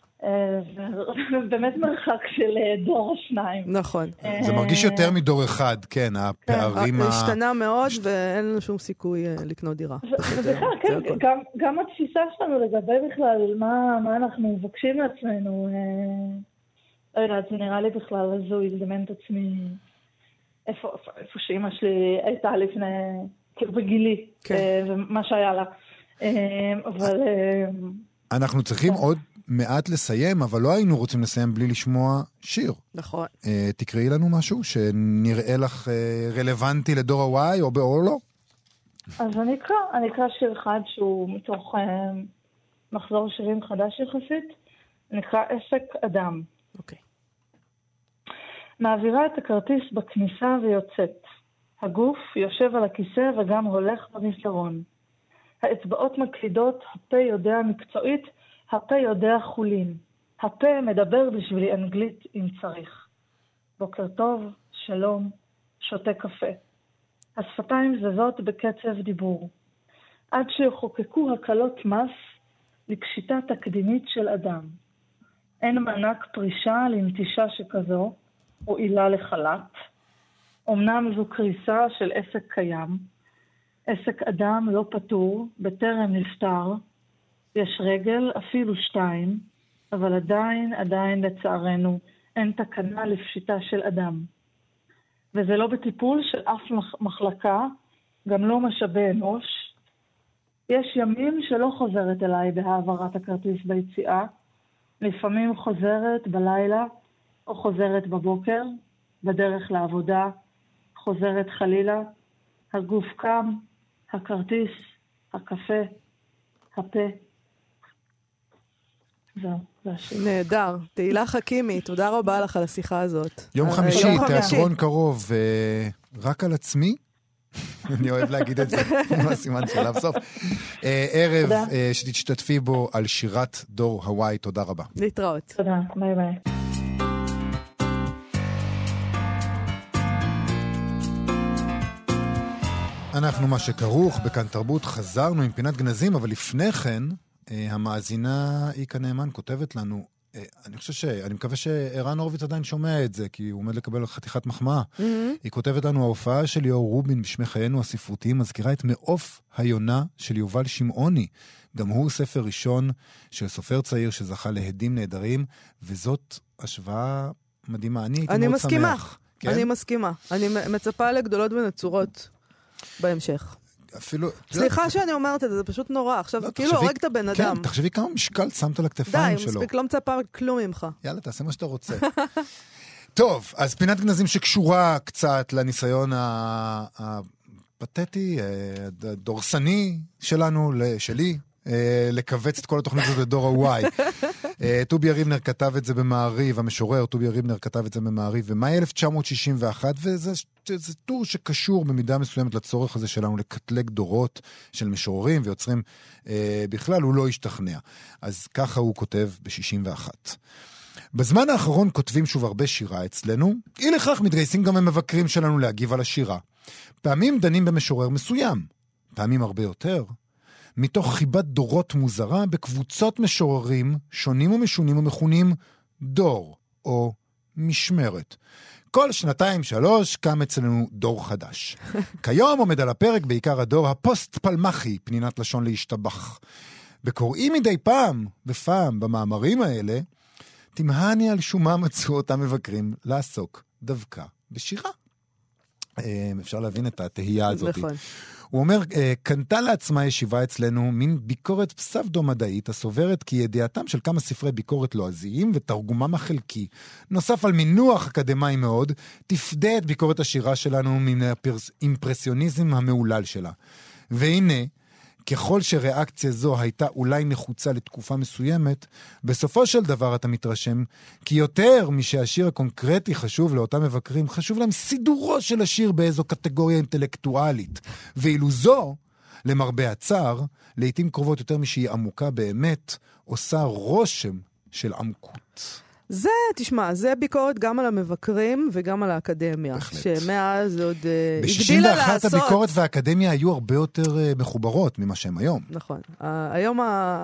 באמת מרחק של דור או שניים. נכון. זה מרגיש יותר מדור אחד, כן, הפערים... השתנה מאוד ואין לנו שום סיכוי לקנות דירה. ובכלל, כן, גם התפיסה שלנו לגבי בכלל, מה אנחנו מבקשים לעצמנו, לא יודעת, זה נראה לי בכלל הזוי, לדמיין את עצמי איפה שאמא שלי הייתה לפני, כאילו בגילי, ומה שהיה לה. אבל... אנחנו צריכים עוד מעט לסיים, אבל לא היינו רוצים לסיים בלי לשמוע שיר. נכון. תקראי לנו משהו שנראה לך רלוונטי לדור ה-Y או לא? אז אני אקרא שיר אחד שהוא מתוך מחזור שירים חדש יחסית, נקרא עסק אדם. אוקיי. מעבירה את הכרטיס בכניסה ויוצאת. הגוף יושב על הכיסא וגם הולך במסדרון. האצבעות מקלידות, הפה יודע מקצועית, הפה יודע חולין. הפה מדבר בשבילי אנגלית אם צריך. בוקר טוב, שלום, שותה קפה. השפתיים זזות בקצב דיבור. עד שיחוקקו הקלות מס לקשיטה תקדימית של אדם. אין מענק פרישה לנטישה שכזו, או עילה לחל"ת. אמנם זו קריסה של עסק קיים. עסק אדם לא פטור, בטרם נפטר. יש רגל, אפילו 2, אבל עדיין לצערנו, אין תקנה לפשיטה של אדם. וזה לא בטיפול של אף מחלקה, גם לא משאבי אנוש. יש ימים שלא חוזרת אליי בהעברת הכרטיס ביציאה, לפעמים חוזרת בלילה או חוזרת בבוקר, בדרך לעבודה, חוזרת חלילה, הגוף קם, הכרטיס, הקפה, הפה. זהו, זה השיר. נהדר. תהילה חכימי, תודה רבה לך על השיחה הזאת. יום חמישי, תיאטרון קרוב, רק על עצמי. אני אוהב להגיד את זה, עם הסימן שלה בסוף. ערב שתשתתפי בו על שירת דור ה-Y, תודה רבה. להתראות. תודה, ביי ביי. אנחנו מה שכרוך, בכאן תרבות חזרנו עם פינת גנזים, אבל לפני כן, המאזינה איקה נאמן כותבת לנו, אני מקווה שערן הורוביץ עדיין שומע את זה, כי הוא עומד לקבל חתיכת מחמאה. היא כותבת לנו, ההופעה של ליאור רובין בשמי חיינו הספרותיים מזכירה את מעוף היונה של יובל שמעוני. גם הוא ספר ראשון של סופר צעיר שזכה להדים נהדרים, וזאת השוואה מדהימה. אני הייתי מאוד שמח. אני מסכימה. אני מצפה לגדולות ונצורות בהמשך. אפילו... סליחה שאני אומרת את זה, זה פשוט נורא. עכשיו, כאילו הורג את הבן אדם. כן, תחשבי כמה משקל שמת על הכתפיים שלו. די, מספיק, לא מצפה כלום ממך. יאללה, תעשה מה שאתה רוצה. טוב, אז פינת גנזים שקשורה קצת לניסיון הפתטי, הדורסני שלנו, שלי, לקבץ את כל התוכנית הזאת לדור ה-Y. טובי ריבנר כתב את זה במעריב, המשורר טובי ריבנר כתב את זה במעריב, ומאי 1961, וזה טור שקשור במידה מסוימת לצורך הזה שלנו לקטלג דורות של משוררים ויוצרים בכלל, הוא לא השתכנע. אז ככה הוא כותב ב-61. בזמן האחרון כותבים שוב הרבה שירה אצלנו, אי לכך מתגייסים גם המבקרים שלנו להגיב על השירה. פעמים דנים במשורר מסוים, פעמים הרבה יותר, מתוך חיבת דורות מוזרה בקבוצות משוררים שונים ומשונים ומכונים דור או משמרת. כל 2-3 קם אצלנו דור חדש. כיום עומד על הפרק בעיקר הדור הפוסט-פלמחי, פנינת לשון להשתבח. וקוראים מדי פעם ופעם במאמרים האלה, תמהני על שומה מצאו אותם מבקרים לעסוק דווקא בשירה. אפשר להבין את התהייה הזאת. נכון. הוא אומר, קנתה לעצמה ישיבה אצלנו מין ביקורת פסבדו-מדעית הסוברת כי ידיעתם של כמה ספרי ביקורת לועזיים ותרגומם החלקי, נוסף על מינוח אקדמי מאוד, תפדה את ביקורת השירה שלנו מן האימפרסיוניזם המעולל שלה. והנה, ככל שריאקציה זו הייתה אולי נחוצה לתקופה מסוימת, בסופו של דבר אתה מתרשם, כי יותר משהשיר הקונקרטי חשוב לאותם מבקרים, חשוב להם סידורו של השיר באיזו קטגוריה אינטלקטואלית. ואילו זו, למרבה הצער, לעתים קרובות יותר משהיא עמוקה באמת, עושה רושם של עמקות. זה, תשמע, זה ביקורת גם על המבקרים וגם על האקדמיה. בהחלט. שמאז עוד הגדילה לעשות. ב-61 הביקורת והאקדמיה היו הרבה יותר מחוברות ממה שהם היום. נכון. היום,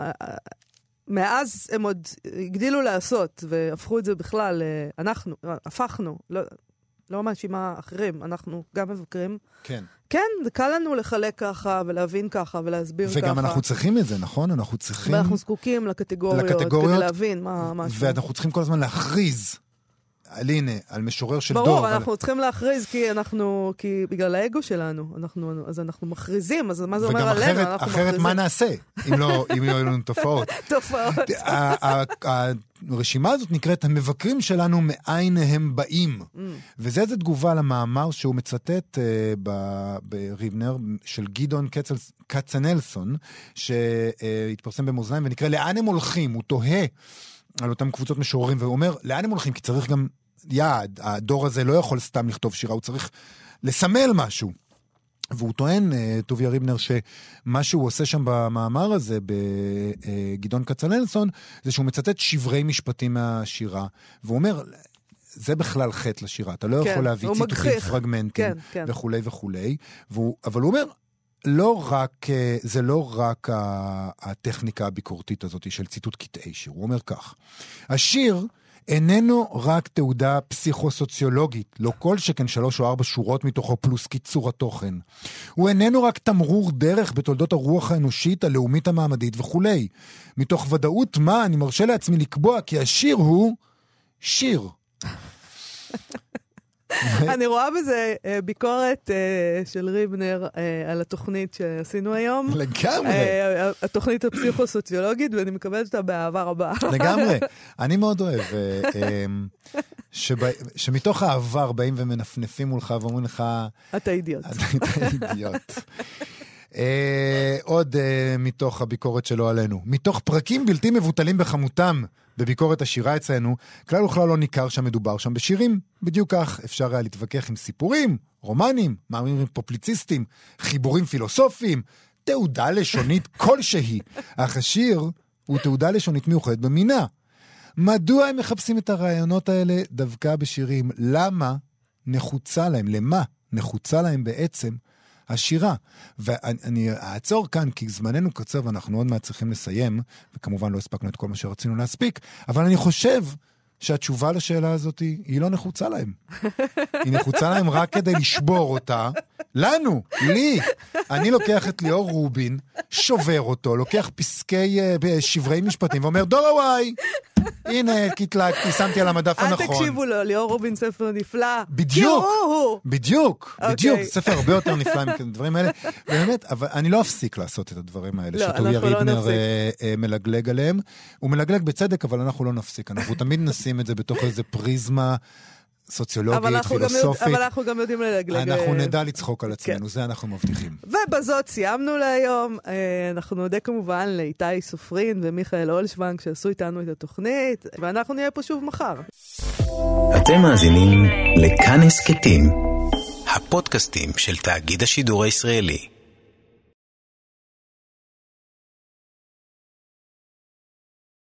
מאז הם עוד הגדילו לעשות, והפכו את זה בכלל, אנחנו, הפכנו, לא מאשימה אחרים, אנחנו גם מבקרים. כן. כן, זה קל לנו לחלק ככה, ולהבין ככה, ולהסביר ככה. וגם אנחנו צריכים את זה, נכון? אנחנו צריכים... ואנחנו זקוקים לקטגוריות כדי להבין מה... ואנחנו צריכים כל הזמן להכריז הנה, על משורר של דור. ברור, אנחנו צריכים להכריז כי בגלל האגו שלנו, אז אנחנו מכריזים, אז מה זה אומר עלינו? וגם אחרת מה נעשה, אם לא יהיו לנו תופעות. תופעות. הרשימה הזאת נקראת המבקרים שלנו מאין הם באים. וזה תגובה למאמר שהוא מצטט בריבנר של גדעון כצנלסון, שהתפרסם במאזניים ונקרא לאן הם הולכים, הוא תוהה על אותם קבוצות משוררים, והוא אומר, לאן הם הולכים? כי צריך גם יעד, הדור הזה לא יכול סתם לכתוב שירה, הוא צריך לסמל משהו. והוא טוען, טוביה ריבנר, שמה שהוא עושה שם במאמר הזה, בגדעון כצנלסון, זה שהוא מצטט שברי משפטים מהשירה, והוא אומר, זה בכלל חטא לשירה, אתה לא יכול להביא ציטוטים פרגמנטים וכו' וכו', אבל הוא אומר, זה לא רק הטכניקה הביקורתית הזאת של ציטוט קטעי שיר. הוא אומר כך, השיר איננו רק תעודה פסיכוסוציולוגית, לא כל שכן 3 או 4 שורות מתוכו פלוס קיצור התוכן. הוא איננו רק תמרור דרך בתולדות הרוח האנושית, הלאומית המעמדית וכו'. מתוך ודאות מה אני מרשה לעצמי לקבוע כי השיר הוא שיר. אני רואה בזה ביקורת של ריבנר על התוכנית שעשינו היום. לגמרי. התוכנית הפסיכוסוציולוגית, ואני מקבלת אותה באהבה רבה. לגמרי. אני מאוד אוהב שמתוך העבר באים ומנפנפים מולך ואומרים לך... אתה אידיוט. אתה אידיוט. עוד מתוך הביקורת שלו עלינו. מתוך פרקים בלתי מבוטלים בחמותם בביקורת השירה אצלנו, כלל וכלל לא ניכר שמדובר שם בשירים. בדיוק כך אפשר היה להתווכח עם סיפורים, רומנים, מאמרים פופליציסטים, חיבורים פילוסופיים, תעודה לשונית כלשהי. אך השיר הוא תעודה לשונית מיוחדת במינה. מדוע הם מחפשים את הרעיונות האלה דווקא בשירים? למה נחוצה להם? למה נחוצה להם בעצם השירה? ואני אעצור כאן כי זמננו קצר ואנחנו עוד מעט צריכים לסיים, וכמובן לא הספקנו את כל מה שרצינו להספיק, אבל אני חושב שהתשובה לשאלה הזאת היא לא נחוצה להם. היא נחוצה להם רק כדי לשבור אותה. לנו, לי. אני לוקח את ליאור רובין, שובר אותו, לוקח פסקי שברי משפטים ואומר, דור הוואי, הנה, קטלקתי, שמתי על המדף הנכון. אל תקשיבו לו, ליאור רובין ספר נפלא. בדיוק. ספר הרבה יותר נפלא מדברים האלה. באמת, אבל אני לא אפסיק לעשות את הדברים האלה, שטוביה ריבנר מלגלג עליהם. הוא מלגלג בצדק, אבל אנחנו לא נפסיק. אנחנו תמיד נשים את זה בתוך איזה פריזמה סוציולוגית, פילוסופית. אבל אנחנו גם יודעים ללגלג. אנחנו נדע לצחוק על עצמנו, זה אנחנו מבטיחים. ובזאת סיימנו להיום. אנחנו נודה כמובן לאיתי סופרין ומיכאל אולשוונג שעשו איתנו את התוכנית, ואנחנו נהיה פה שוב מחר. אתם מאזינים לכאן הסכתים, הפודקאסטים של תאגיד השידור הישראלי.